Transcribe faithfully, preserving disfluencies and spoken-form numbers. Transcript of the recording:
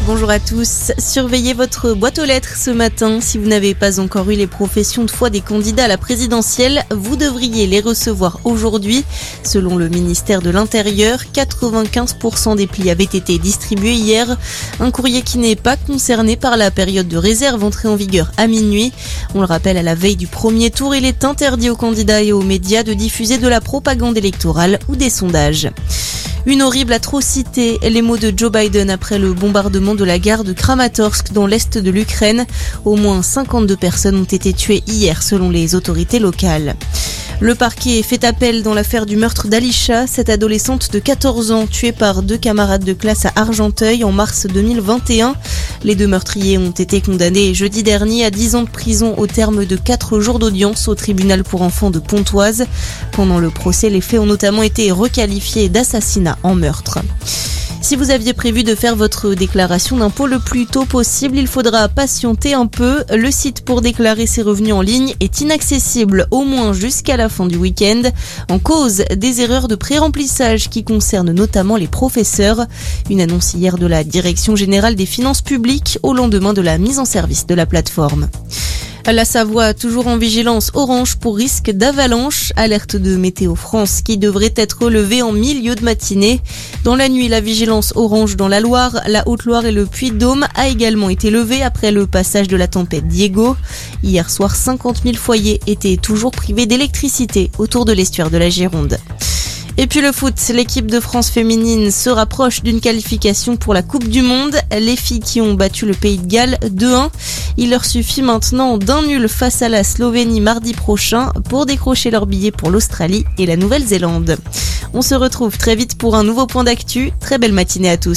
Bonjour à tous. Surveillez votre boîte aux lettres ce matin. Si vous n'avez pas encore eu les professions de foi des candidats à la présidentielle, vous devriez les recevoir aujourd'hui. Selon le ministère de l'Intérieur, quatre-vingt-quinze pour cent des plis avaient été distribués hier. Un courrier qui n'est pas concerné par la période de réserve entrée en vigueur à minuit. On le rappelle, à la veille du premier tour, il est interdit aux candidats et aux médias de diffuser de la propagande électorale ou des sondages. Une horrible atrocité, les mots de Joe Biden après le bombardement de la gare de Kramatorsk dans l'est de l'Ukraine. Au moins cinquante-deux personnes ont été tuées hier selon les autorités locales. Le parquet fait appel dans l'affaire du meurtre d'Alisha, cette adolescente de quatorze ans tuée par deux camarades de classe à Argenteuil en mars deux mille vingt et un. Les deux meurtriers ont été condamnés jeudi dernier à dix ans de prison au terme de quatre jours d'audience au tribunal pour enfants de Pontoise. Pendant le procès, les faits ont notamment été requalifiés d'assassinat en meurtre. Si vous aviez prévu de faire votre déclaration d'impôt le plus tôt possible, il faudra patienter un peu. Le site pour déclarer ses revenus en ligne est inaccessible, au moins jusqu'à la fin du week-end, en cause des erreurs de pré-remplissage qui concernent notamment les professeurs. Une annonce hier de la Direction générale des finances publiques au lendemain de la mise en service de la plateforme. La Savoie, toujours en vigilance orange pour risque d'avalanche. Alerte de Météo France qui devrait être relevée en milieu de matinée. Dans la nuit, la vigilance orange dans la Loire, la Haute-Loire et le Puy-de-Dôme a également été levée après le passage de la tempête Diego. Hier soir, cinquante mille foyers étaient toujours privés d'électricité autour de l'estuaire de la Gironde. Et puis le foot, l'équipe de France féminine se rapproche d'une qualification pour la Coupe du Monde. Les filles qui ont battu le Pays de Galles deux un. Il leur suffit maintenant d'un nul face à la Slovénie mardi prochain pour décrocher leur billet pour l'Australie et la Nouvelle-Zélande. On se retrouve très vite pour un nouveau point d'actu. Très belle matinée à tous.